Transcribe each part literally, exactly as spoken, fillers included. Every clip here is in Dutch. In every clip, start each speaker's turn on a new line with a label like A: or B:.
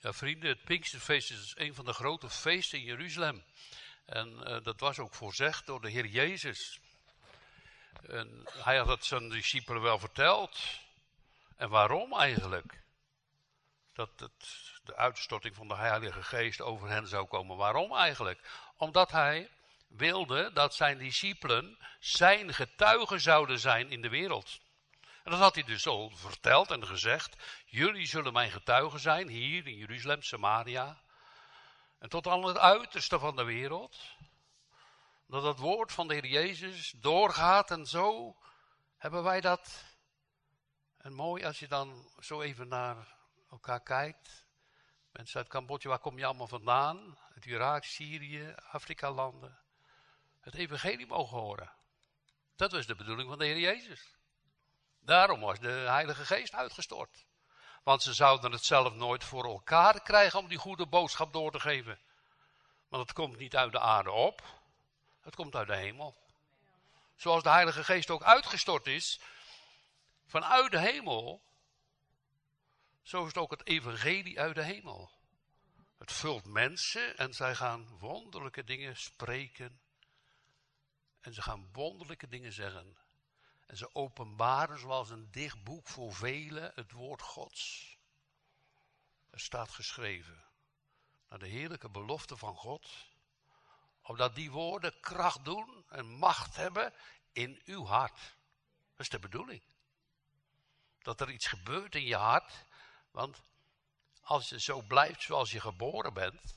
A: Ja, vrienden, het Pinksterfeest is een van de grote feesten in Jeruzalem. En uh, dat was ook voorzegd door de Heer Jezus. En hij had het zijn discipelen wel verteld. En waarom eigenlijk? Dat het, de uitstorting van de Heilige Geest over hen zou komen. Waarom eigenlijk? Omdat hij wilde dat zijn discipelen zijn getuigen zouden zijn in de wereld. En dat had hij dus al verteld en gezegd. Jullie zullen mijn getuigen zijn hier in Jeruzalem, Samaria. En tot aan het uiterste van de wereld. Dat het woord van de Heer Jezus doorgaat en zo hebben wij dat. En mooi als je dan zo even naar elkaar kijkt. Mensen uit Cambodja, waar kom je allemaal vandaan? Uit Irak, Syrië, Afrika-landen. Het evangelie mogen horen. Dat was de bedoeling van de Heer Jezus. Daarom was de Heilige Geest uitgestort. Want ze zouden het zelf nooit voor elkaar krijgen om die goede boodschap door te geven. Want het komt niet uit de aarde op. Het komt uit de hemel. Zoals de Heilige Geest ook uitgestort is. Vanuit de hemel. Zo is het ook het evangelie uit de hemel. Het vult mensen en zij gaan wonderlijke dingen spreken. En ze gaan wonderlijke dingen zeggen. En ze openbaren zoals een dicht boek voor velen het woord Gods. Er staat geschreven. Naar de heerlijke belofte van God. Opdat die woorden kracht doen en macht hebben in uw hart. Dat is de bedoeling. Dat er iets gebeurt in je hart. Want als je zo blijft zoals je geboren bent.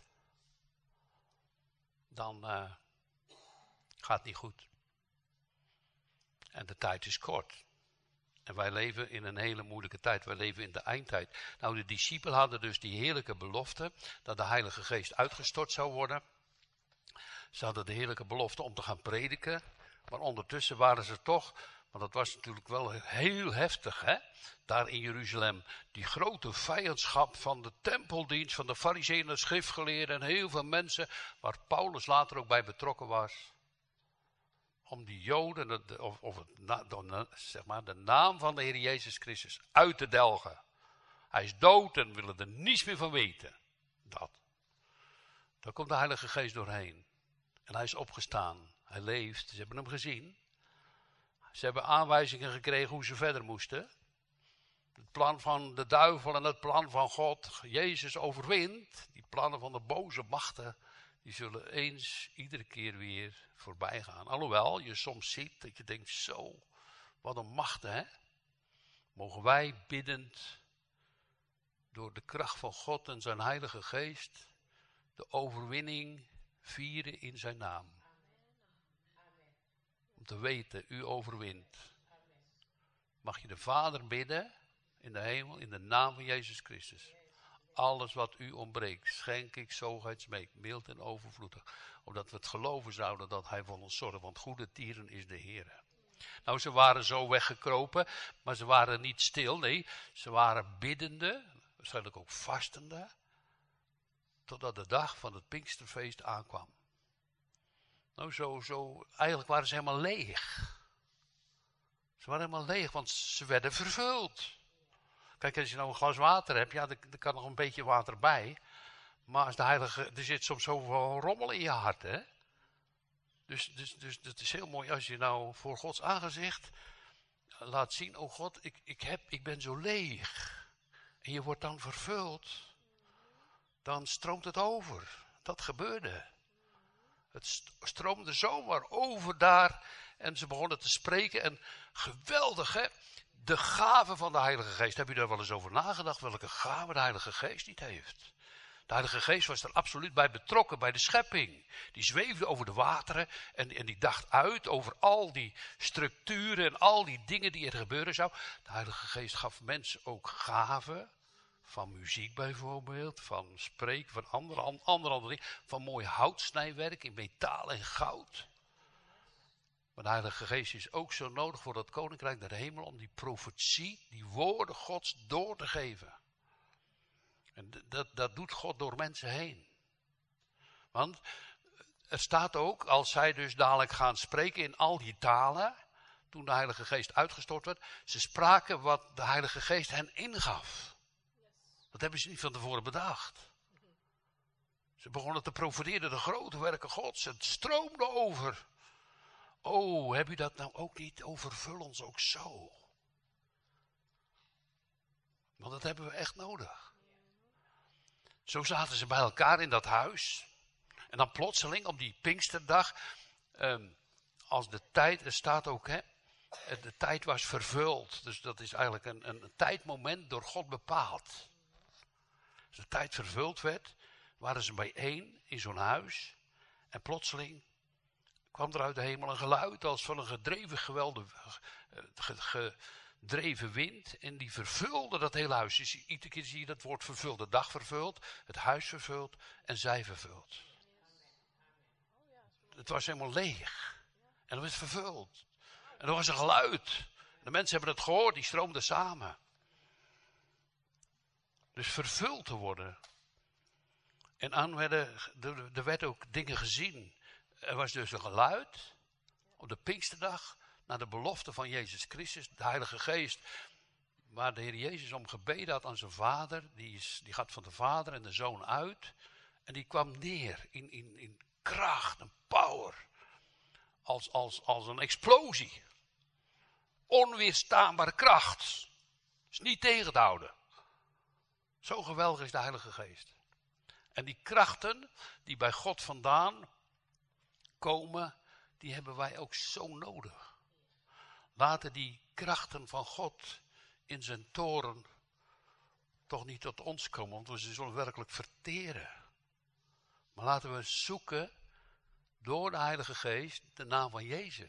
A: Dan uh, gaat het niet goed. En de tijd is kort. En wij leven in een hele moeilijke tijd. Wij leven in de eindtijd. Nou, de discipelen hadden dus die heerlijke belofte. Dat de Heilige Geest uitgestort zou worden. Ze hadden de heerlijke belofte om te gaan prediken. Maar ondertussen waren ze toch. Want dat was natuurlijk wel heel heftig, hè. Daar in Jeruzalem. Die grote vijandschap van de tempeldienst. Van de farizeeën en de schriftgeleerden. En heel veel mensen. Waar Paulus later ook bij betrokken was. Om die Joden, of, of het, de, zeg maar, de naam van de Heer Jezus Christus uit te delgen. Hij is dood en willen er niets meer van weten. Dat. Daar komt de Heilige Geest doorheen. En hij is opgestaan. Hij leeft. Ze hebben hem gezien. Ze hebben aanwijzingen gekregen hoe ze verder moesten. Het plan van de duivel en het plan van God. Jezus overwint. Die plannen van de boze machten. Die zullen eens iedere keer weer voorbij gaan. Alhoewel je soms ziet dat je denkt, zo, wat een machten, hè. Mogen wij biddend door de kracht van God en zijn Heilige Geest de overwinning vieren in zijn naam. Om te weten, u overwint. Mag je de Vader bidden in de hemel in de naam van Jezus Christus. Alles wat u ontbreekt, schenk ik zoogheid smeek, mild en overvloedig. Omdat we het geloven zouden dat hij voor ons zorgt, want goede tieren is de Heer. Nou, ze waren zo weggekropen, maar ze waren niet stil, nee. Ze waren biddende, waarschijnlijk ook vastende, totdat de dag van het Pinksterfeest aankwam. Nou, zo, zo, eigenlijk waren ze helemaal leeg. Ze waren helemaal leeg, want ze werden vervuld. Kijk, als je nou een glas water hebt, ja, er, er kan nog een beetje water bij. Maar als de Heilige, er zit soms zoveel rommel in je hart, hè. Dus, dus, dus het is heel mooi als je nou voor Gods aangezicht laat zien, oh God, ik, ik, heb, ik ben zo leeg. En je wordt dan vervuld. Dan stroomt het over. Dat gebeurde. Het stroomde zomaar over daar. En ze begonnen te spreken. En geweldig, hè. De gave van de Heilige Geest. Heb je daar wel eens over nagedacht? Welke gave de Heilige Geest niet heeft? De Heilige Geest was er absoluut bij betrokken, bij de schepping. Die zweefde over de wateren en, en die dacht uit over al die structuren en al die dingen die er gebeuren zou. De Heilige Geest gaf mensen ook gaven. Van muziek bijvoorbeeld, van spreken, van andere, andere, andere dingen. Van mooi houtsnijwerk in metaal en goud. Maar de Heilige Geest is ook zo nodig voor het Koninkrijk der Hemel om die profetie, die woorden Gods door te geven. En dat, dat doet God door mensen heen. Want er staat ook, als zij dus dadelijk gaan spreken in al die talen, toen de Heilige Geest uitgestort werd, ze spraken wat de Heilige Geest hen ingaf. Dat hebben ze niet van tevoren bedacht. Ze begonnen te profiteren, de grote werken Gods. Het stroomde over. Oh, heb u dat nou ook niet? Overvul ons ook zo. Want dat hebben we echt nodig. Zo zaten ze bij elkaar in dat huis. En dan plotseling op die Pinksterdag, eh, als de tijd, er staat ook, hè, de tijd was vervuld. Dus dat is eigenlijk een, een, een tijdmoment door God bepaald. Als de tijd vervuld werd, waren ze bijeen in zo'n huis. En plotseling kwam er uit de hemel een geluid als van een gedreven geweldig, gedreven wind. En die vervulde dat hele huis. Dus iedere keer zie je dat woord vervuld. De dag vervuld, het huis vervuld en zij vervuld. Het was helemaal leeg. En dat werd vervuld. En er was een geluid. De mensen hebben het gehoord, die stroomden samen. Dus vervuld te worden. En aan werden, er werden ook dingen gezien. Er was dus een geluid op de Pinksterdag naar de belofte van Jezus Christus, de Heilige Geest. Waar de Heer Jezus om gebeden had aan zijn vader. Die, is, die gaat van de vader en de zoon uit. En die kwam neer in, in, in kracht en power. Als, als, als een explosie. Onweerstaanbare kracht. Is niet tegen te houden. Zo geweldig is de Heilige Geest. En die krachten die bij God vandaan komen, die hebben wij ook zo nodig. Laten die krachten van God in zijn toren toch niet tot ons komen, want we zullen werkelijk verteren. Maar laten we zoeken door de Heilige Geest de naam van Jezus.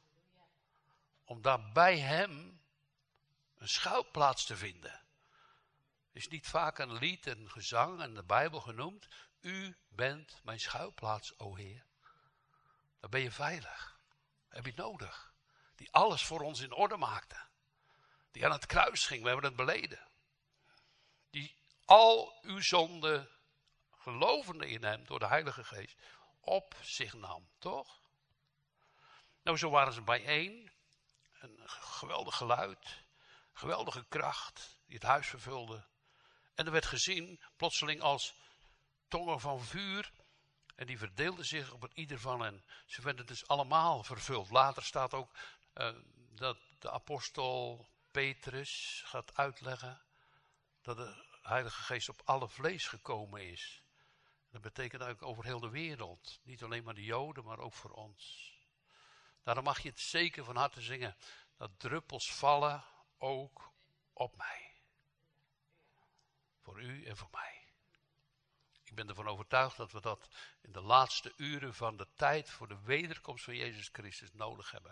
A: Om daar bij hem een schuilplaats te vinden. Is niet vaak een lied, een gezang en de Bijbel genoemd. U bent mijn schuilplaats, o Heer. Dan ben je veilig. Heb je het nodig. Die alles voor ons in orde maakte. Die aan het kruis ging, we hebben het beleden. Die al uw zonden, gelovende in hem, door de Heilige Geest, op zich nam, toch? Nou, zo waren ze bijeen. Een geweldig geluid, geweldige kracht die het huis vervulde. En er werd gezien, plotseling als tongen van vuur. En die verdeelden zich op het ieder van hen. Ze werden dus allemaal vervuld. Later staat ook uh, dat de apostel Petrus gaat uitleggen dat de Heilige Geest op alle vlees gekomen is. Dat betekent eigenlijk over heel de wereld. Niet alleen maar de Joden, maar ook voor ons. Daarom mag je het zeker van harte zingen. Dat druppels vallen ook op mij. Voor u en voor mij. Ik ben ervan overtuigd dat we dat in de laatste uren van de tijd voor de wederkomst van Jezus Christus nodig hebben.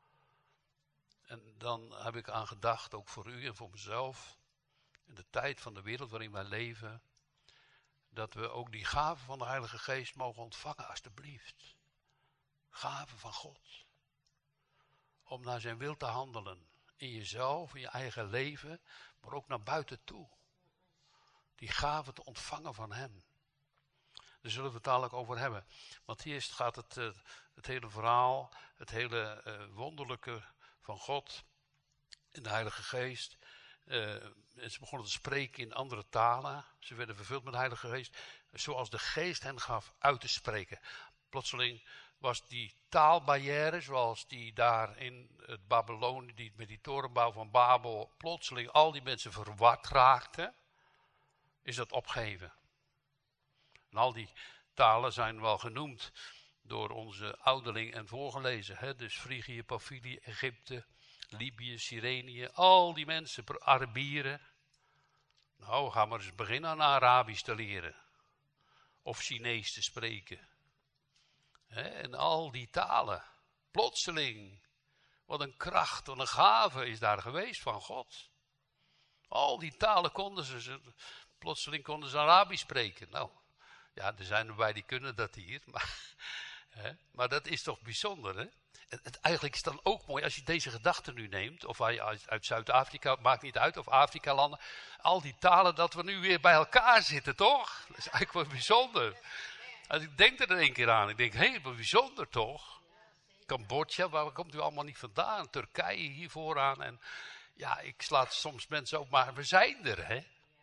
A: En dan heb ik aan gedacht, ook voor u en voor mezelf, in de tijd van de wereld waarin wij leven, dat we ook die gaven van de Heilige Geest mogen ontvangen, alstublieft. Gaven van God. Om naar zijn wil te handelen. In jezelf, in je eigen leven, maar ook naar buiten toe. Die gaven te ontvangen van hem. Daar zullen we het dadelijk over hebben. Want hier gaat het, uh, het hele verhaal, het hele uh, wonderlijke van God in de Heilige Geest. Uh, en ze begonnen te spreken in andere talen. Ze werden vervuld met de Heilige Geest. Zoals de Geest hen gaf uit te spreken. Plotseling was die taalbarrière, zoals die daar in het Babylonië, die met die torenbouw van Babel, plotseling al die mensen verward raakten, is dat opgeheven. En al die talen zijn wel genoemd door onze ouderling en voorgelezen. Hè? Dus Frigië, Pamphylië, Egypte, Libië, Cyrenië, al die mensen, Arabieren. Nou, ga maar eens beginnen aan Arabisch te leren. Of Chinees te spreken. Hè? En al die talen. Plotseling. Wat een kracht, wat een gave is daar geweest van God. Al die talen konden ze, ze plotseling konden ze Arabisch spreken. Nou, ja, er zijn erbij die kunnen dat hier. Maar, hè, maar dat is toch bijzonder, hè? Het, het, eigenlijk is het dan ook mooi als je deze gedachte nu neemt. Of uit, uit Zuid-Afrika, maakt niet uit, of Afrika-landen. Al die talen, dat we nu weer bij elkaar zitten, toch? Dat is eigenlijk wel bijzonder. Als ik denk er een keer aan. Ik denk, hé, hey, wat bijzonder toch? Cambodja, waar komt u allemaal niet vandaan? Turkije hier vooraan. En ja, ik slaat soms mensen op, maar we zijn er, hè?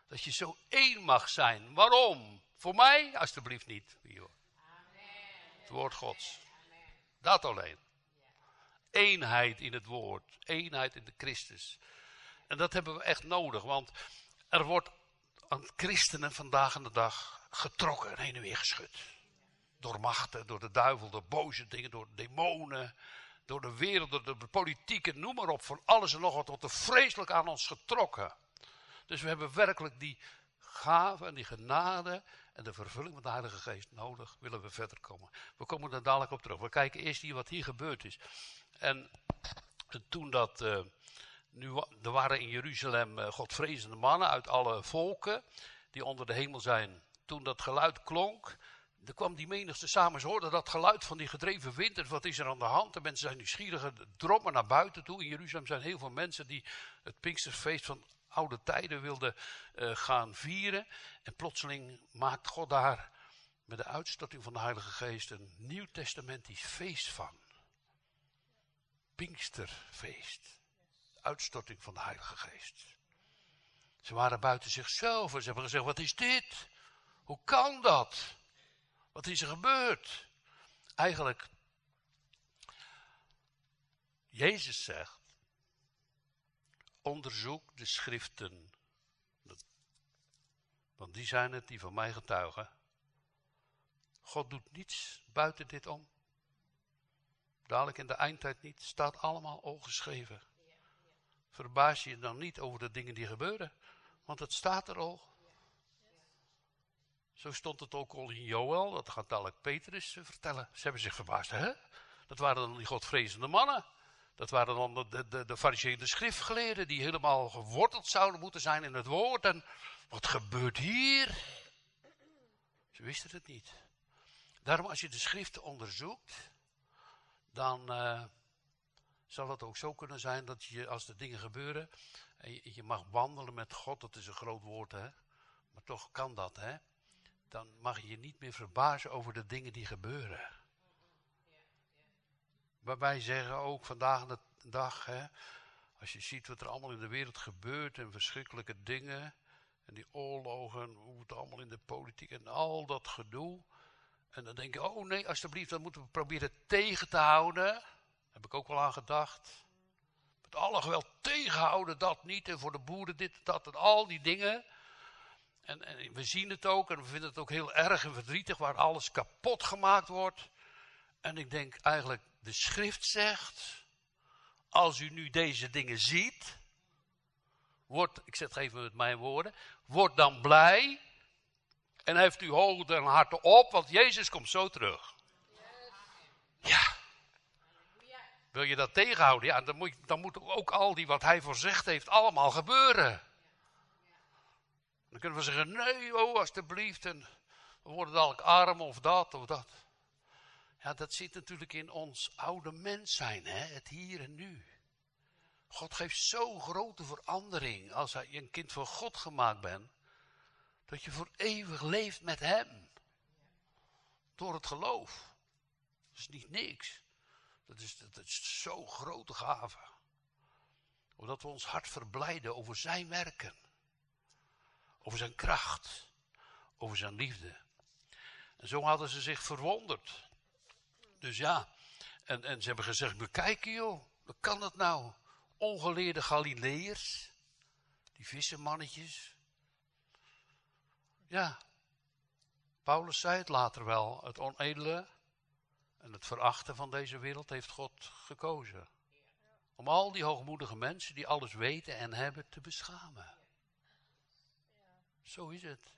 A: Dat je zo één mag zijn. Waarom? Voor mij? Alsjeblieft niet. Amen. Het woord Gods. Amen. Dat alleen. Eenheid in het woord. Eenheid in de Christus. En dat hebben we echt nodig. Want er wordt aan christenen vandaag aan de dag getrokken en heen en weer geschud. Door machten, door de duivel, door boze dingen, door demonen. Door de wereld, door de politiek, noem maar op. Van alles en nog wat wordt er vreselijk aan ons getrokken. Dus we hebben werkelijk die gave en die genade en de vervulling van de Heilige Geest nodig. Willen we verder komen. We komen er dadelijk op terug. We kijken eerst hier wat hier gebeurd is. En toen dat, uh, nu, er waren in Jeruzalem uh, godvrezende mannen uit alle volken die onder de hemel zijn. Toen dat geluid klonk, er kwam die menigte samen. Ze hoorden dat geluid van die gedreven wind. En wat is er aan de hand? De mensen zijn nieuwsgierig, drommen naar buiten toe. In Jeruzalem zijn heel veel mensen die het Pinksterfeest van oude tijden wilden uh, gaan vieren. En plotseling maakt God daar met de uitstorting van de Heilige Geest een nieuwtestamentisch feest van. Pinksterfeest. Uitstorting van de Heilige Geest. Ze waren buiten zichzelf en ze hebben gezegd, wat is dit? Hoe kan dat? Wat is er gebeurd? Eigenlijk, Jezus zegt, onderzoek de schriften. Want die zijn het die van mij getuigen. God doet niets buiten dit om. Dadelijk in de eindtijd niet. Staat allemaal al geschreven. Verbaas je dan niet over de dingen die gebeuren. Want het staat er al. Zo stond het ook al in Joël. Dat gaat dadelijk Petrus vertellen. Ze hebben zich verbaasd. Hè? Dat waren dan die godvrezende mannen. Dat waren dan de, de, de, de fariseeën, de schriftgeleerden. Die helemaal geworteld zouden moeten zijn in het woord. En wat gebeurt hier? Ze wisten het niet. Daarom als je de schriften onderzoekt. Dan uh, zal het ook zo kunnen zijn dat je als er dingen gebeuren. En je, je mag wandelen met God. Dat is een groot woord, hè. Maar toch kan dat, hè. Dan mag je je niet meer verbazen over de dingen die gebeuren. Maar wij zeggen ook vandaag de dag, hè, als je ziet wat er allemaal in de wereld gebeurt en verschrikkelijke dingen. En die oorlogen, hoe het allemaal in de politiek en al dat gedoe. En dan denk je, oh nee, alsjeblieft, dat moeten we proberen tegen te houden. Daar heb ik ook wel aan gedacht. Met alle geweld tegenhouden, dat niet. En voor de boeren dit, dat en al die dingen. En, en we zien het ook en we vinden het ook heel erg en verdrietig waar alles kapot gemaakt wordt. En ik denk eigenlijk, de schrift zegt, als u nu deze dingen ziet, wordt, ik zeg het even met mijn woorden, word dan blij en heeft uw hoofd en harten op, want Jezus komt zo terug. Ja. Wil je dat tegenhouden? Ja, dan moet, dan moet ook al die wat hij voorzegd heeft allemaal gebeuren. Dan kunnen we zeggen, nee, oh, alsjeblieft, en we worden dadelijk arm of dat of dat. Ja, dat zit natuurlijk in ons oude mens zijn, hè? Het hier en nu. God geeft zo'n grote verandering als je een kind van God gemaakt bent, dat je voor eeuwig leeft met hem. Door het geloof. Dat is niet niks. Dat is, dat is zo'n grote gave. Omdat we ons hart verblijden over zijn werken. Over zijn kracht. Over zijn liefde. En zo hadden ze zich verwonderd. Dus ja, en, en ze hebben gezegd, bekijk joh, hoe kan dat nou? Ongeleerde Galileërs, die vissenmannetjes. Ja, Paulus zei het later wel, het onedele en het verachten van deze wereld heeft God gekozen. Om al die hoogmoedige mensen die alles weten en hebben te beschamen. Zo is het.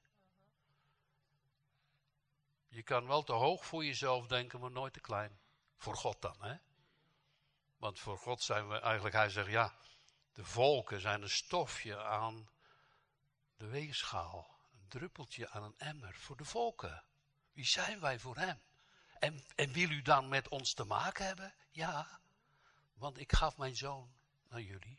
A: Je kan wel te hoog voor jezelf denken, maar nooit te klein. Voor God dan, hè? Want voor God zijn we eigenlijk, hij zegt, ja, de volken zijn een stofje aan de weegschaal. Een druppeltje aan een emmer voor de volken. Wie zijn wij voor hem? En, en wil u dan met ons te maken hebben? Ja, want ik gaf mijn zoon aan jullie.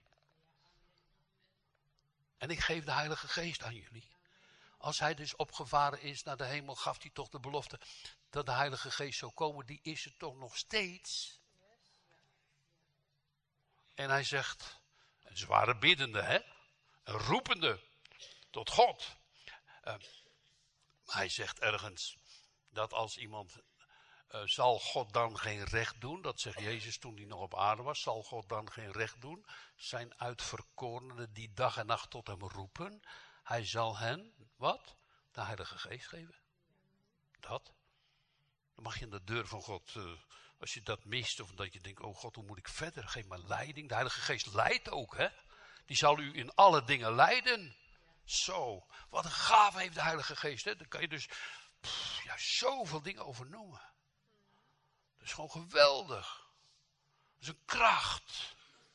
A: En ik geef de Heilige Geest aan jullie. Als hij dus opgevaren is naar de hemel, gaf hij toch de belofte dat de Heilige Geest zou komen. Die is er toch nog steeds. En hij zegt, en ze waren biddende, hè? En roepende. tot God. Uh, hij zegt ergens dat als iemand, uh, zal God dan geen recht doen? Dat zegt Jezus toen hij nog op aarde was. Zal God dan geen recht doen? Zijn uitverkorenen die dag en nacht tot hem roepen. Hij zal hen, wat? De Heilige Geest geven. Dat. Dan mag je aan de deur van God, uh, als je dat mist of dat je denkt, oh God, hoe moet ik verder? Geef me leiding. De Heilige Geest leidt ook, hè. Die zal u in alle dingen leiden. Zo, wat een gave heeft de Heilige Geest, hè. Daar kan je dus pff, ja, zoveel dingen over noemen. Dat is gewoon geweldig. Dat is een kracht.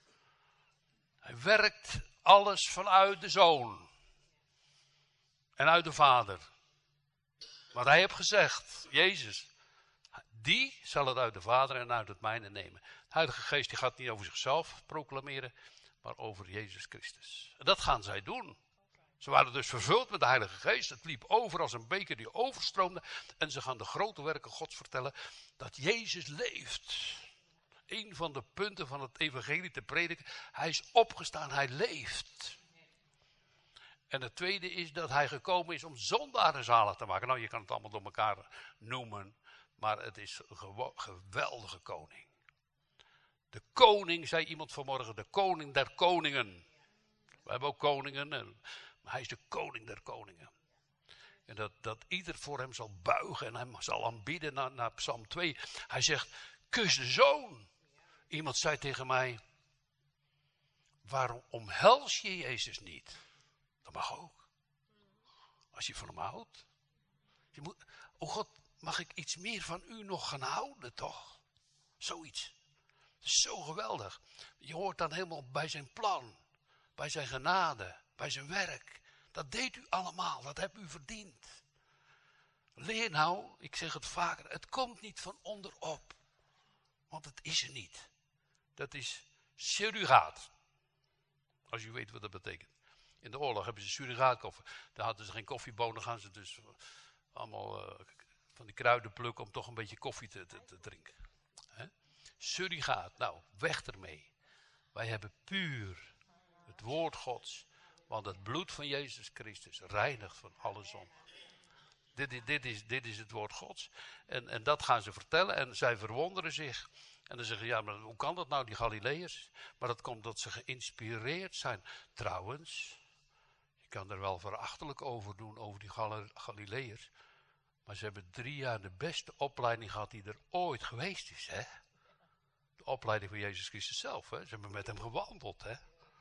A: Hij werkt alles vanuit de Zoon. En uit de Vader. Maar hij heeft gezegd, Jezus, die zal het uit de Vader en uit het mijne nemen. De Heilige Geest die gaat niet over zichzelf proclameren, maar over Jezus Christus. En dat gaan zij doen. Ze waren dus vervuld met de Heilige Geest. Het liep over als een beker die overstroomde. En ze gaan de grote werken Gods vertellen dat Jezus leeft. Een van de punten van het evangelie te prediken. Hij is opgestaan, hij leeft. En het tweede is dat hij gekomen is om zondaren zalig te maken. Nou, je kan het allemaal door elkaar noemen. Maar het is een gewo- geweldige koning. De koning, zei iemand vanmorgen, de koning der koningen. We hebben ook koningen, en, maar hij is de koning der koningen. En dat, dat ieder voor hem zal buigen en hem zal aanbidden naar, naar Psalm twee. Hij zegt, kus de zoon. Iemand zei tegen mij, waarom omhels je Jezus niet? Dat mag ook. Als je van hem houdt. Je moet, oh God, mag ik iets meer van u nog gaan houden, toch? Zoiets. Zo geweldig. Je hoort dan helemaal bij zijn plan. Bij zijn genade. Bij zijn werk. Dat deed u allemaal. Dat hebt u verdiend. Leer nou, ik zeg het vaker. Het komt niet van onderop. Want het is er niet. Dat is surrogaat. Als u weet wat dat betekent. In de oorlog hebben ze surrogaatkoffie. Daar hadden ze geen koffiebonen. Gaan ze dus allemaal uh, van die kruiden plukken om toch een beetje koffie te, te, te drinken. He? Surrogaat. Nou, weg ermee. Wij hebben puur het woord Gods. Want het bloed van Jezus Christus reinigt van alle zonde. Dit is, dit is, dit is het woord Gods. En, en dat gaan ze vertellen. En zij verwonderen zich. En dan zeggen ze, ja, maar hoe kan dat nou, die Galileërs? Maar dat komt dat ze geïnspireerd zijn. Trouwens, je kan er wel verachtelijk over doen, over die Gal- Galileërs. Maar ze hebben drie jaar de beste opleiding gehad die er ooit geweest is, hè? De opleiding van Jezus Christus zelf, hè? Ze hebben met hem gewandeld, hè?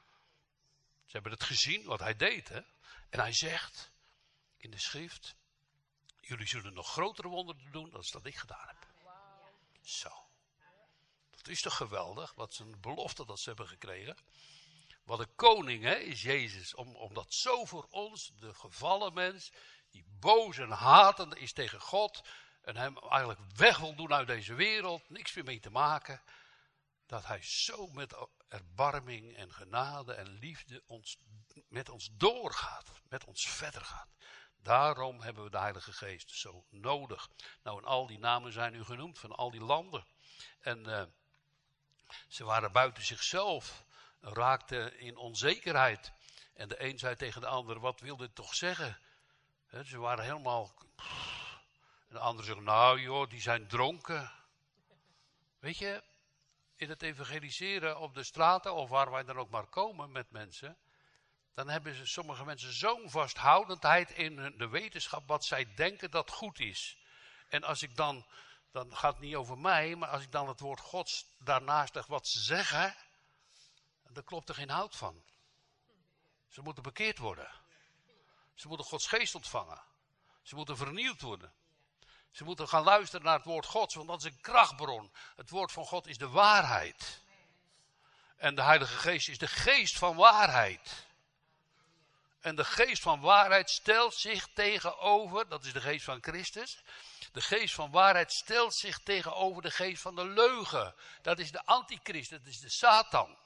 A: Ze hebben het gezien, wat hij deed, hè? En hij zegt in de schrift, jullie zullen nog grotere wonderen doen dan dat ik gedaan heb. Zo. Dat is toch geweldig, wat ze een belofte dat ze hebben gekregen. Wat een koning, hè, is Jezus. Om, omdat zo voor ons, de gevallen mens, die boos en hatende is tegen God, en hem eigenlijk weg wil doen uit deze wereld, niks meer mee te maken, dat hij zo met erbarming en genade en liefde ons, met ons doorgaat, met ons verder gaat. Daarom hebben we de Heilige Geest zo nodig. Nou, en al die namen zijn nu genoemd, van al die landen. En uh, ze waren buiten zichzelf, raakten in onzekerheid. En de een zei tegen de ander, wat wil dit toch zeggen? He, ze waren helemaal... En de ander zegt, nou joh, die zijn dronken. Weet je, in het evangeliseren op de straten, of waar wij dan ook maar komen met mensen, dan hebben ze, sommige mensen zo'n vasthoudendheid in de wetenschap wat zij denken dat goed is. En als ik dan, dan gaat het niet over mij, maar als ik dan het woord Gods daarnaast leg wat ze zeggen, dan klopt er geen hout van. Ze moeten bekeerd worden. Ze moeten Gods geest ontvangen. Ze moeten vernieuwd worden. Ze moeten gaan luisteren naar het woord Gods, want dat is een krachtbron. Het woord van God is de waarheid. En de Heilige Geest is de geest van waarheid. En de geest van waarheid stelt zich tegenover, dat is de geest van Christus. De geest van waarheid stelt zich tegenover de geest van de leugen. Dat is de antichrist, dat is de Satan.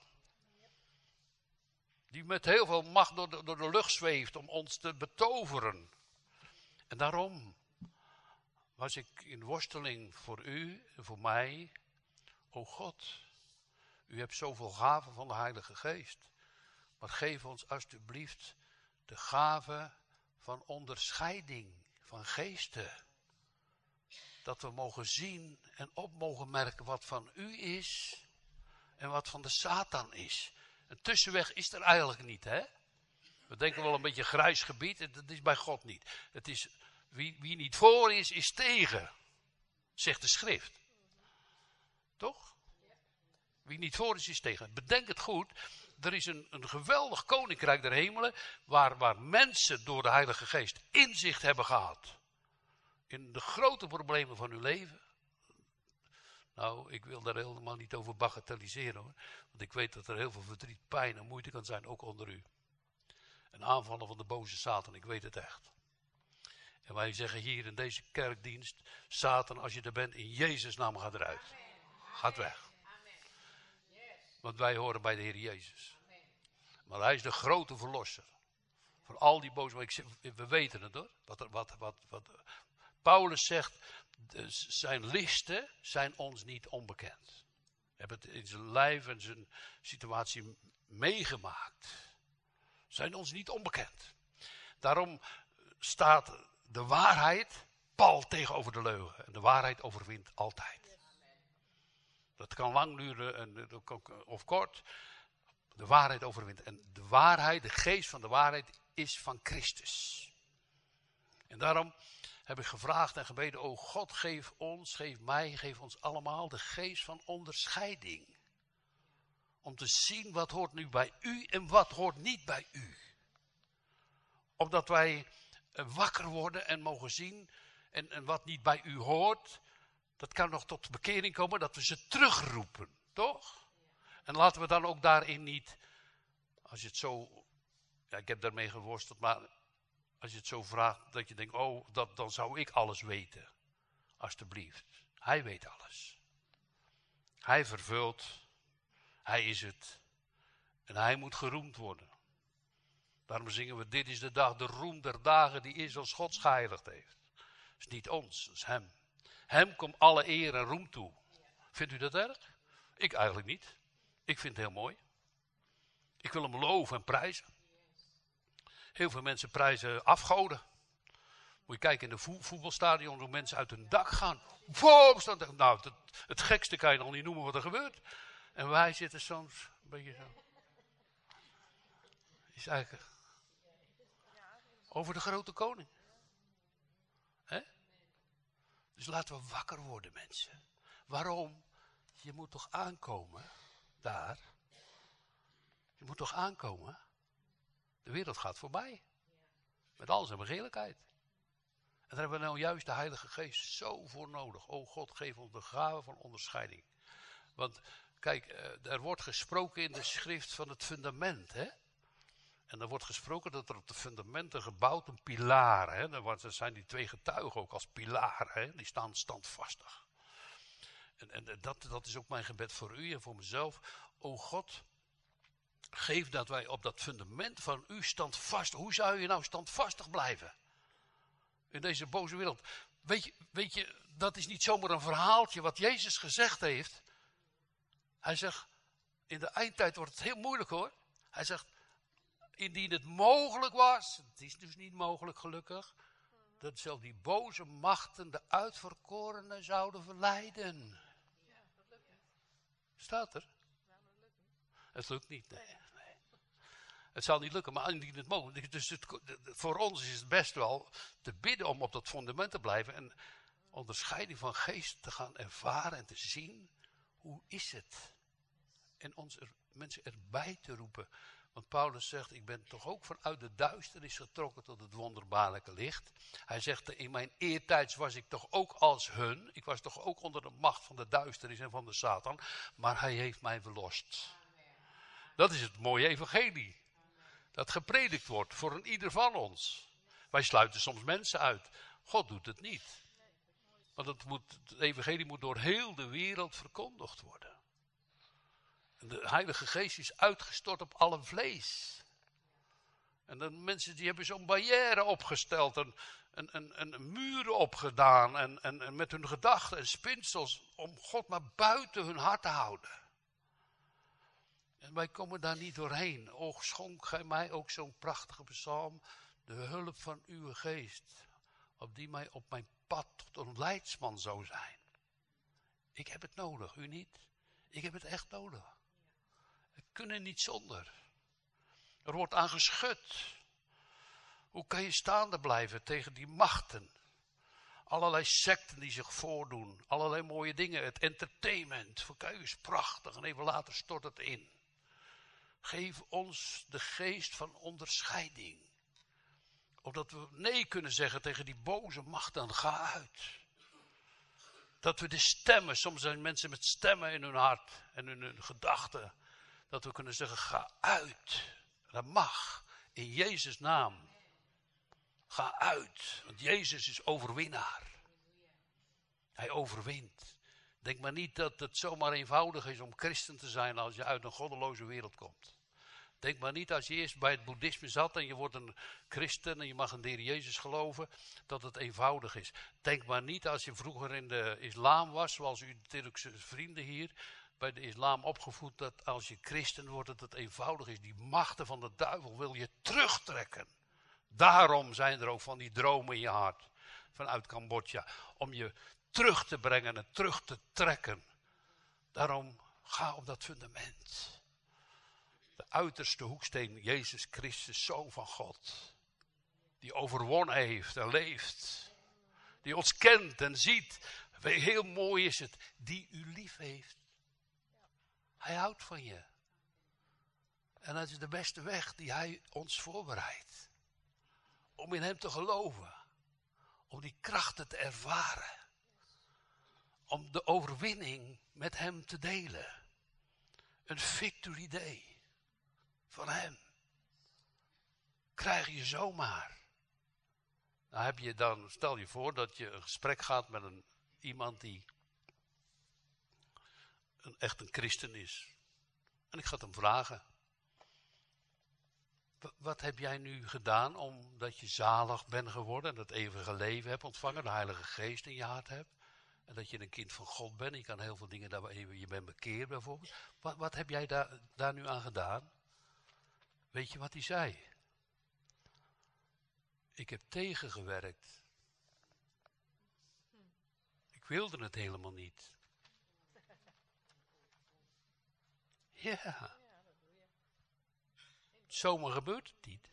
A: Die met heel veel macht door de, door de lucht zweeft om ons te betoveren. En daarom was ik in worsteling voor u en voor mij. O God, u hebt zoveel gaven van de Heilige Geest. Maar geef ons alsjeblieft de gave van onderscheiding van geesten. Dat we mogen zien en op mogen merken wat van u is en wat van de Satan is. Een tussenweg is er eigenlijk niet, hè? We denken wel een beetje grijs gebied, dat is bij God niet. Het is, wie, wie niet voor is, is tegen, zegt de schrift. Toch? Wie niet voor is, is tegen. Bedenk het goed, er is een, een geweldig koninkrijk der hemelen, waar, waar mensen door de Heilige Geest inzicht hebben gehad. In de grote problemen van uw leven. Nou, ik wil daar helemaal niet over bagatelliseren hoor. Want ik weet dat er heel veel verdriet, pijn en moeite kan zijn, ook onder u. Een aanvallen van de boze Satan, ik weet het echt. En wij zeggen hier in deze kerkdienst, Satan, als je er bent, in Jezus' naam gaat eruit. Gaat weg. Want wij horen bij de Heer Jezus. Maar hij is de grote verlosser. Voor al die boze, ik zeg, we weten het hoor. Wat, wat, wat, wat Paulus zegt, zijn listen zijn ons niet onbekend. We hebben het in zijn lijf en zijn situatie meegemaakt. Zijn ons niet onbekend. Daarom staat de waarheid pal tegenover de leugen. En de waarheid overwint altijd. Dat kan lang duren en, of kort. De waarheid overwint. En de waarheid, de geest van de waarheid is van Christus. En daarom heb ik gevraagd en gebeden, o God, geef ons, geef mij, geef ons allemaal de geest van onderscheiding. Om te zien wat hoort nu bij u en wat hoort niet bij u. Opdat wij wakker worden en mogen zien en, en wat niet bij u hoort, dat kan nog tot bekering komen, dat we ze terugroepen, toch? En laten we dan ook daarin niet, als je het zo, ja, ik heb daarmee geworsteld, maar als je het zo vraagt, dat je denkt, oh, dat, dan zou ik alles weten. Alsjeblieft, hij weet alles. Hij vervult, hij is het. En hij moet geroemd worden. Daarom zingen we, dit is de dag, de roem der dagen die Israëls Gods geheiligd heeft. Het is niet ons, het is hem. Hem komt alle eer en roem toe. Vindt u dat erg? Ik eigenlijk niet. Ik vind het heel mooi. Ik wil hem loven en prijzen. Heel veel mensen prijzen afgoden. Moet je kijken in de vo- voetbalstadion hoe mensen uit hun dak gaan. Wow, staan, nou, het, het gekste kan je nog niet noemen wat er gebeurt. En wij zitten soms een beetje zo. Is eigenlijk over de grote koning. Hè? Dus laten we wakker worden, mensen. Waarom? Je moet toch aankomen daar. Je moet toch aankomen. De wereld gaat voorbij. Met al zijn begeerlijkheid. En daar hebben we nou juist de Heilige Geest zo voor nodig. O God, geef ons de gave van onderscheiding. Want kijk, er wordt gesproken in de schrift van het fundament. Hè? En er wordt gesproken dat er op de fundamenten gebouwd een pilaar. Hè? Er zijn die twee getuigen ook als pilaren. Hè? Die staan standvastig. En, en dat, dat is ook mijn gebed voor u en voor mezelf. O God, geef dat wij op dat fundament van u standvastig. Hoe zou je nou standvastig blijven? In deze boze wereld. Weet je, weet je, dat is niet zomaar een verhaaltje wat Jezus gezegd heeft. Hij zegt, in de eindtijd wordt het heel moeilijk hoor. Hij zegt, indien het mogelijk was, het is dus niet mogelijk gelukkig, dat zelfs die boze machten de uitverkorenen zouden verleiden. Staat er? Het lukt niet, nee. nee. Het zal niet lukken, maar indien het mogelijk is. Dus het, voor ons is het best wel te bidden om op dat fundament te blijven en onderscheiding van geest te gaan ervaren en te zien. Hoe is het? En ons er, mensen erbij te roepen. Want Paulus zegt, ik ben toch ook vanuit de duisternis getrokken tot het wonderbaarlijke licht. Hij zegt, in mijn eertijds was ik toch ook als hun. Ik was toch ook onder de macht van de duisternis en van de Satan. Maar hij heeft mij verlost. Dat is het mooie evangelie. Dat gepredikt wordt voor een ieder van ons. Wij sluiten soms mensen uit. God doet het niet. Want het, moet, het evangelie moet door heel de wereld verkondigd worden. De Heilige Geest is uitgestort op alle vlees. En dan mensen die hebben zo'n barrière opgesteld. En, en, en, en muren opgedaan. En, en, en met hun gedachten en spinsels. Om God maar buiten hun hart te houden. En wij komen daar niet doorheen. Och, schonk gij mij ook zo'n prachtige psalm. De hulp van uw geest. Op die mij op mijn pad tot een leidsman zou zijn. Ik heb het nodig, u niet? Ik heb het echt nodig. We kunnen niet zonder. Er wordt aan geschud. Hoe kan je staande blijven tegen die machten? Allerlei secten die zich voordoen. Allerlei mooie dingen. Het entertainment. Voor kijk is prachtig. En even later stort het in. Geef ons de geest van onderscheiding. Opdat we nee kunnen zeggen tegen die boze machten. Ga uit. Dat we de stemmen. Soms zijn mensen met stemmen in hun hart. En in hun gedachten. Dat we kunnen zeggen ga uit. Dat mag. In Jezus' naam. Ga uit, want Jezus is overwinnaar. Hij overwint. Denk maar niet dat het zomaar eenvoudig is om christen te zijn als je uit een goddeloze wereld komt. Denk maar niet als je eerst bij het boeddhisme zat en je wordt een christen en je mag in de Heer Jezus geloven, dat het eenvoudig is. Denk maar niet als je vroeger in de islam was, zoals uw Turkse vrienden hier, bij de islam opgevoed, dat als je christen wordt dat het eenvoudig is. Die machten van de duivel wil je terugtrekken. Daarom zijn er ook van die dromen in je hart, vanuit Cambodja, om je terug te brengen en terug te trekken. Daarom ga op dat fundament. De uiterste hoeksteen, Jezus Christus, Zoon van God. Die overwonnen heeft en leeft. Die ons kent en ziet. Heel mooi is het, die u lief heeft. Hij houdt van je. En dat is de beste weg die hij ons voorbereidt. Om in hem te geloven. Om die krachten te ervaren. Om de overwinning met hem te delen. Een victory day. Van hem. Krijg je zomaar. Nou heb je dan, stel je voor dat je een gesprek gaat met een, iemand die een, echt een christen is. En ik ga het hem vragen. Wat heb jij nu gedaan omdat je zalig bent geworden en dat eeuwige leven hebt ontvangen, de Heilige Geest in je hart hebt en dat je een kind van God bent, je kan heel veel dingen, daar even, je bent bekeerd bijvoorbeeld. Wat, wat heb jij daar, daar nu aan gedaan? Weet je wat hij zei? Ik heb tegengewerkt. Ik wilde het helemaal niet. Ja. Zomaar gebeurt het niet.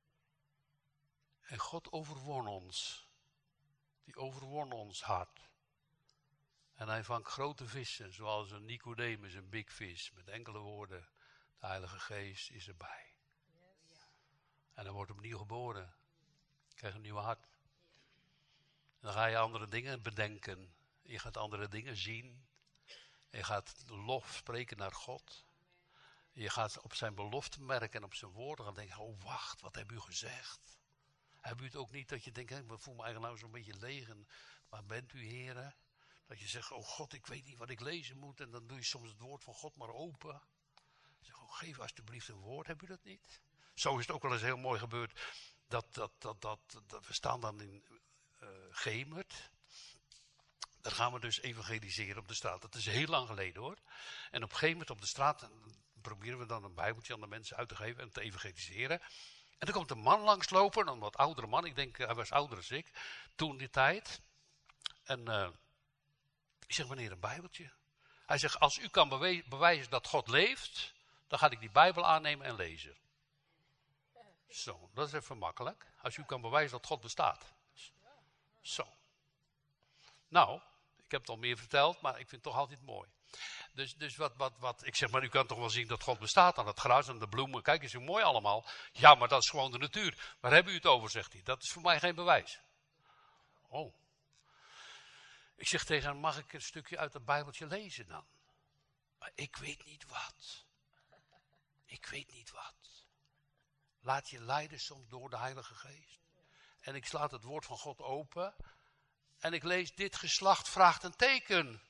A: En God overwon ons. Die overwon ons hart. En hij vangt grote vissen, zoals een Nicodemus, een big fish. Met enkele woorden, de Heilige Geest is erbij. En hij wordt opnieuw geboren. Krijgt een nieuw hart. En dan ga je andere dingen bedenken. Je gaat andere dingen zien. Je gaat lof spreken naar God. Je gaat op zijn belofte merken en op zijn woorden gaan denken, oh wacht, wat heb u gezegd? Heb u het ook niet dat je denkt, ik voel me eigenlijk nou zo'n beetje leeg en waar bent u, heren? Dat je zegt, oh God, ik weet niet wat ik lezen moet en dan doe je soms het woord van God maar open. Zeg, oh geef alsjeblieft een woord, heb u dat niet? Zo is het ook wel eens heel mooi gebeurd, dat, dat, dat, dat, dat we staan dan in uh, Gemert. Daar gaan we dus evangeliseren op de straat. Dat is heel lang geleden hoor. En op Gemert op de straat proberen we dan een bijbeltje aan de mensen uit te geven en te evangeliseren. En dan komt een man langslopen, een wat oudere man. Ik denk, hij was ouder dan ik, toen die tijd. En uh, ik zeg, meneer, een bijbeltje. Hij zegt, als u kan bewe- bewijzen dat God leeft, dan ga ik die Bijbel aannemen en lezen. Zo, dat is even makkelijk. Als u kan bewijzen dat God bestaat. Zo. Nou, ik heb het al meer verteld, maar ik vind het toch altijd mooi. Dus, dus wat, wat, wat, ik zeg maar, u kan toch wel zien dat God bestaat aan het gras en de bloemen. Kijk eens hoe mooi allemaal. Ja, maar dat is gewoon de natuur. Waar hebben u het over, zegt hij. Dat is voor mij geen bewijs. Oh. Ik zeg tegen hem, mag ik een stukje uit het Bijbeltje lezen dan? Maar ik weet niet wat. Ik weet niet wat. Laat je leiden soms door de Heilige Geest. En ik slaat het woord van God open. En ik lees, dit geslacht vraagt een teken.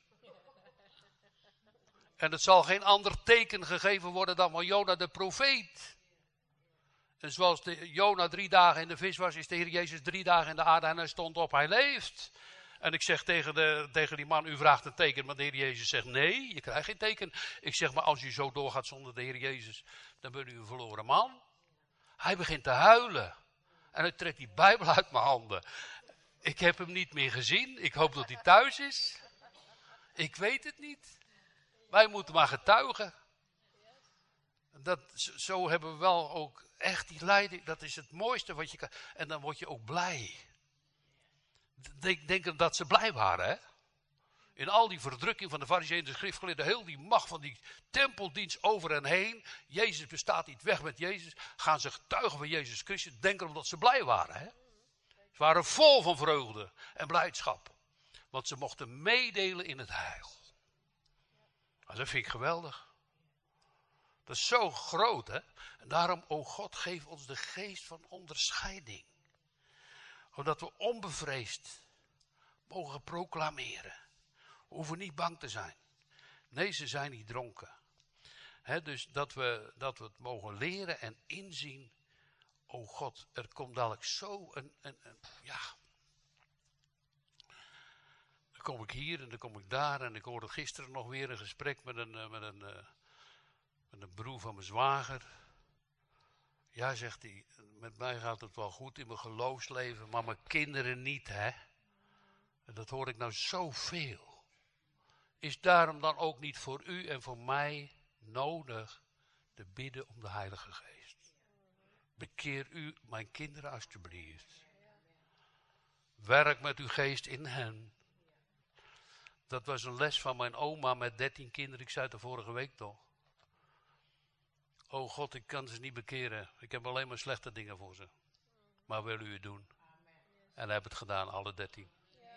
A: En het zal geen ander teken gegeven worden dan van Jona de profeet. En zoals de Jona drie dagen in de vis was, is de Heer Jezus drie dagen in de aarde en hij stond op, hij leeft. En ik zeg tegen, de, tegen die man, u vraagt een teken, maar de Heer Jezus zegt, nee, je krijgt geen teken. Ik zeg, maar als u zo doorgaat zonder de Heer Jezus, dan bent u een verloren man. Hij begint te huilen. En hij trekt die Bijbel uit mijn handen. Ik heb hem niet meer gezien. Ik hoop dat hij thuis is. Ik weet het niet. Wij moeten maar getuigen. Dat, zo hebben we wel ook echt die leiding. Dat is het mooiste wat je kan. En dan word je ook blij. Denk, denk dat ze blij waren, hè? In al die verdrukking van de farizeeën en de schriftgeleerden, heel die macht van die tempeldienst over en heen. Jezus bestaat niet, weg met Jezus. Gaan ze getuigen van Jezus Christus, denken omdat ze blij waren, hè? Ze waren vol van vreugde en blijdschap. Want ze mochten meedelen in het heil. Dat vind ik geweldig. Dat is zo groot, hè. En daarom, o God, geef ons de geest van onderscheiding. Zodat we onbevreesd mogen proclameren. We hoeven niet bang te zijn. Nee, ze zijn niet dronken. He, dus dat we, dat we het mogen leren en inzien. O God, er komt dadelijk zo een, een, een ja. Dan kom ik hier en dan kom ik daar. En ik hoorde gisteren nog weer een gesprek met een, met een, met een broer van mijn zwager. Ja, zegt hij, met mij gaat het wel goed in mijn geloofsleven, maar mijn kinderen niet, hè. En dat hoor ik nou zoveel. Is daarom dan ook niet voor u en voor mij nodig te bidden om de Heilige Geest? Bekeer u, mijn kinderen, alstublieft. Werk met uw geest in hen. Dat was een les van mijn oma met dertien kinderen. Ik zei het de vorige week toch. O God, ik kan ze niet bekeren. Ik heb alleen maar slechte dingen voor ze. Maar wil u het doen? En hij heeft het gedaan, alle dertien.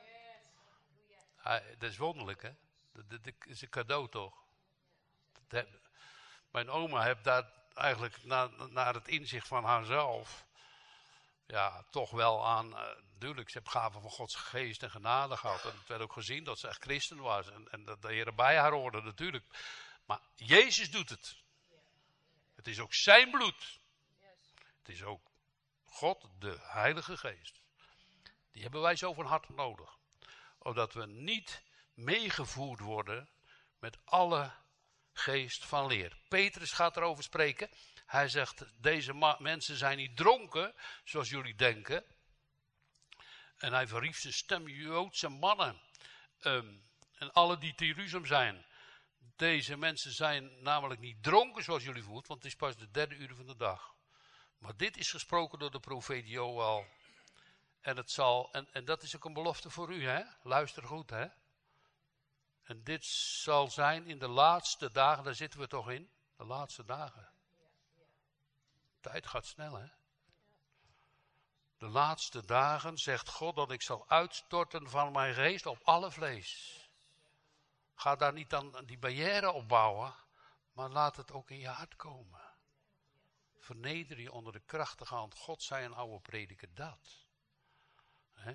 A: Hij, dat is wonderlijk, hè? Dat, dat, dat is een cadeau toch? Dat, mijn oma heeft daar eigenlijk na, naar het inzicht van haarzelf, ja, toch wel aan, uh, duidelijk, ze heeft gaven van Gods geest en genade gehad. En het werd ook gezien dat ze echt christen was. En, en dat de Heer bij haar hoorde, natuurlijk. Maar Jezus doet het. Het is ook zijn bloed. Het is ook God, de Heilige Geest. Die hebben wij zo van harte nodig. Zodat we niet meegevoerd worden met alle geest van leer. Petrus gaat erover spreken. Hij zegt, deze ma- mensen zijn niet dronken, zoals jullie denken. En hij verhief zijn stem, Joodse mannen. Um, en alle die te Jeruzalem zijn. Deze mensen zijn namelijk niet dronken, zoals jullie voelt, want het is pas de derde uur van de dag. Maar dit is gesproken door de profeet Joël. En, het zal, en, en dat is ook een belofte voor u, hè? Luister goed, hè? En dit zal zijn in de laatste dagen, daar zitten we toch in? De laatste dagen. De tijd gaat snel, hè? De laatste dagen, zegt God, dat ik zal uitstorten van mijn geest op alle vlees. Ga daar niet aan die barrière opbouwen, maar laat het ook in je hart komen. Verneder je onder de krachtige hand. God zei een oude prediker dat. He?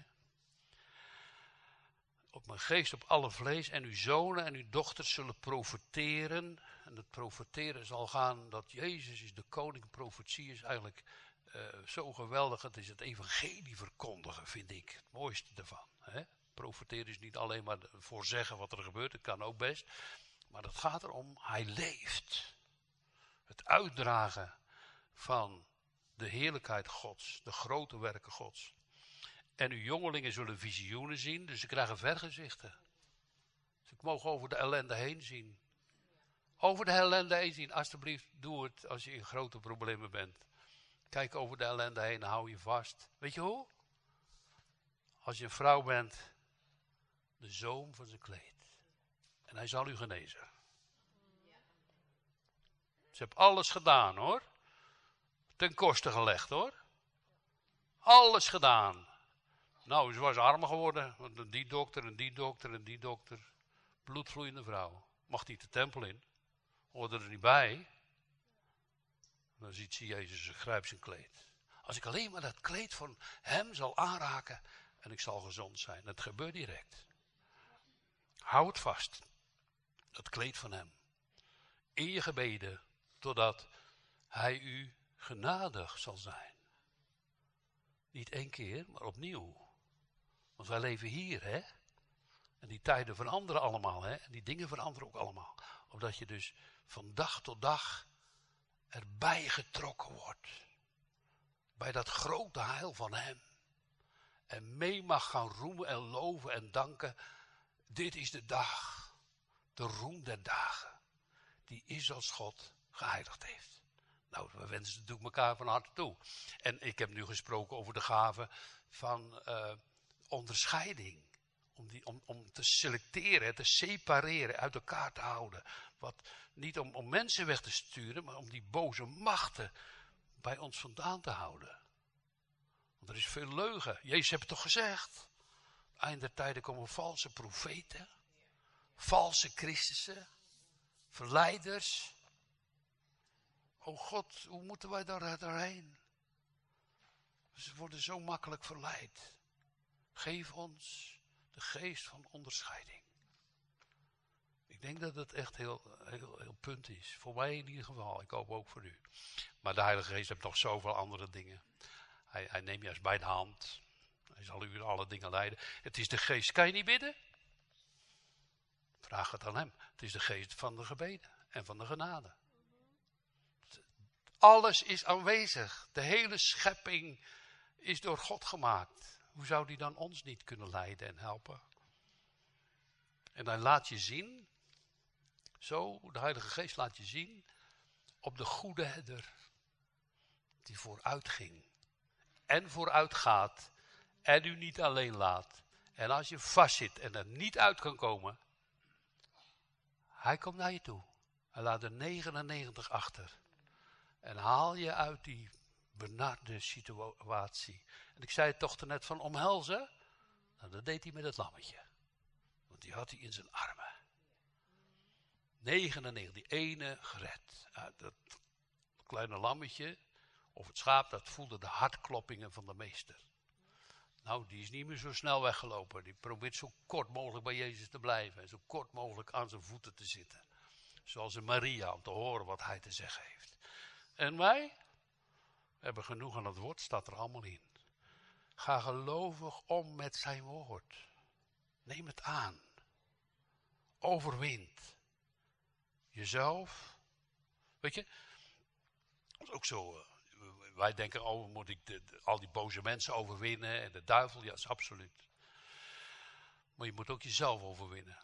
A: Op mijn geest op alle vlees en uw zonen en uw dochters zullen profeteren. En het profeteren zal gaan dat Jezus is de koning. Profetie is eigenlijk uh, zo geweldig. Het is het evangelie verkondigen, vind ik. Het mooiste ervan. He? Profeteren is niet alleen maar voorzeggen wat er gebeurt. Het kan ook best. Maar het gaat erom, hij leeft. Het uitdragen van de heerlijkheid Gods. De grote werken Gods. En uw jongelingen zullen visioenen zien, dus ze krijgen vergezichten. Ze mogen over de ellende heen zien. Over de ellende heen zien, alsjeblieft, doe het als je in grote problemen bent. Kijk over de ellende heen en hou je vast. Weet je hoe? Als je een vrouw bent, de zoom van zijn kleed. En hij zal u genezen. Ze hebben alles gedaan, hoor. Ten koste gelegd, hoor. Alles gedaan. Nou, ze was armer geworden. Want die dokter en die dokter en die dokter. Bloedvloeiende vrouw. Mag niet de tempel in. Hoorde er niet bij. Dan ziet ze Jezus en grijpt zijn kleed. Als ik alleen maar dat kleed van hem zal aanraken. En ik zal gezond zijn. Dat gebeurt direct. Hou het vast. Dat kleed van hem. In je gebeden. Totdat hij u genadig zal zijn. Niet één keer, maar opnieuw. Want wij leven hier, hè. En die tijden veranderen allemaal, hè. En die dingen veranderen ook allemaal. Omdat je dus van dag tot dag erbij getrokken wordt. Bij dat grote heil van hem. En mee mag gaan roemen en loven en danken. Dit is de dag. De roem der dagen. Die Israëls God geheiligd heeft. Nou, we wensen natuurlijk elkaar van harte toe. En ik heb nu gesproken over de gave van uh, onderscheiding. Om, die, om, om te selecteren, te separeren, uit elkaar te houden. Wat, niet om, om mensen weg te sturen, maar om die boze machten bij ons vandaan te houden. Want er is veel leugen. Jezus heeft het toch gezegd. Eind der tijden komen valse profeten. Valse Christussen. Verleiders. O God, hoe moeten wij daar doorheen? Ze worden zo makkelijk verleid. Geef ons de geest van onderscheiding. Ik denk dat het echt heel, heel, heel punt is. Voor mij in ieder geval. Ik hoop ook voor u. Maar de Heilige Geest heeft nog zoveel andere dingen. Hij, hij neemt juist bij de hand. Hij zal u in alle dingen leiden. Het is de geest. Kan je niet bidden? Vraag het aan hem. Het is de geest van de gebeden en van de genade. Alles is aanwezig. De hele schepping is door God gemaakt. Hoe zou die dan ons niet kunnen leiden en helpen? En hij laat je zien. Zo, de Heilige Geest laat je zien. Op de goede herder. Die vooruit ging. En vooruit gaat. En u niet alleen laat. En als je vastzit en er niet uit kan komen. Hij komt naar je toe. Hij laat er negenennegentig achter. En haal je uit die benarde situatie. En ik zei het toch net van omhelzen. Nou, dat deed hij met het lammetje. Want die had hij in zijn armen. negenennegentig, die ene gered. Ja, dat kleine lammetje, of het schaap, dat voelde de hartkloppingen van de meester. Nou, die is niet meer zo snel weggelopen. Die probeert zo kort mogelijk bij Jezus te blijven. En zo kort mogelijk aan zijn voeten te zitten. Zoals een Maria, om te horen wat hij te zeggen heeft. En wij hebben genoeg aan het woord, staat er allemaal in. Ga gelovig om met zijn woord. Neem het aan. Overwint. Jezelf. Weet je, dat is ook zo. Uh, wij denken, oh, moet ik de, de, al die boze mensen overwinnen en de duivel? Ja, dat is absoluut. Maar je moet ook jezelf overwinnen.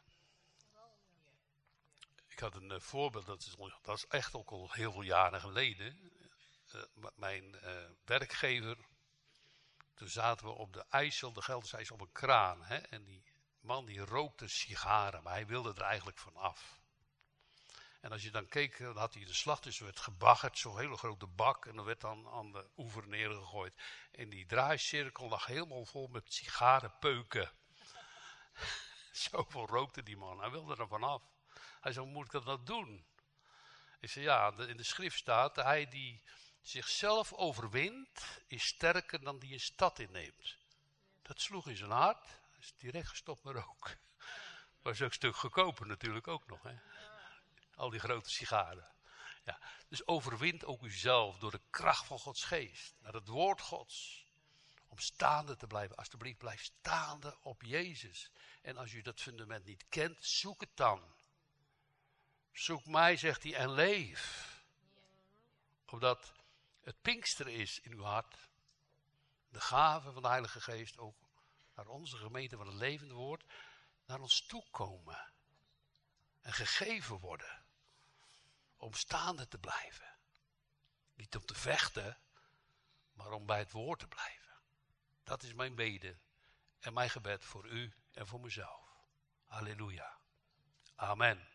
A: Ik had een uh, voorbeeld, dat is, dat is echt ook al heel veel jaren geleden. Uh, m- mijn uh, werkgever, toen zaten we op de IJssel, de Gelderse IJssel, op een kraan. Hè? En die man die rookte sigaren, maar hij wilde er eigenlijk van af. En als je dan keek, dan had hij de slag, dus werd gebaggerd, zo'n hele grote bak. En dan werd dan aan de oever neergegooid. En die draaicirkel lag helemaal vol met sigarenpeuken. Zoveel rookte die man, hij wilde er vanaf. Hij zei, hoe moet ik dat nou doen? Ik zei, ja, in de schrift staat, hij die zichzelf overwint, is sterker dan die een stad inneemt. Dat sloeg in zijn hart, hij is direct gestopt met roken. Was ook een stuk goedkoper natuurlijk ook nog, hè. Al die grote sigaren. Ja, dus overwint ook uzelf door de kracht van Gods geest. Naar het woord Gods. Om staande te blijven. Alsjeblieft, blijf staande op Jezus. En als u dat fundament niet kent, zoek het dan. Zoek mij, zegt hij, en leef. Omdat het Pinksteren is in uw hart. De gave van de Heilige Geest ook naar onze gemeente van het levende woord. Naar ons toe komen. En gegeven worden. Om staande te blijven. Niet om te vechten, maar om bij het woord te blijven. Dat is mijn bede en mijn gebed voor u en voor mezelf. Halleluja. Amen.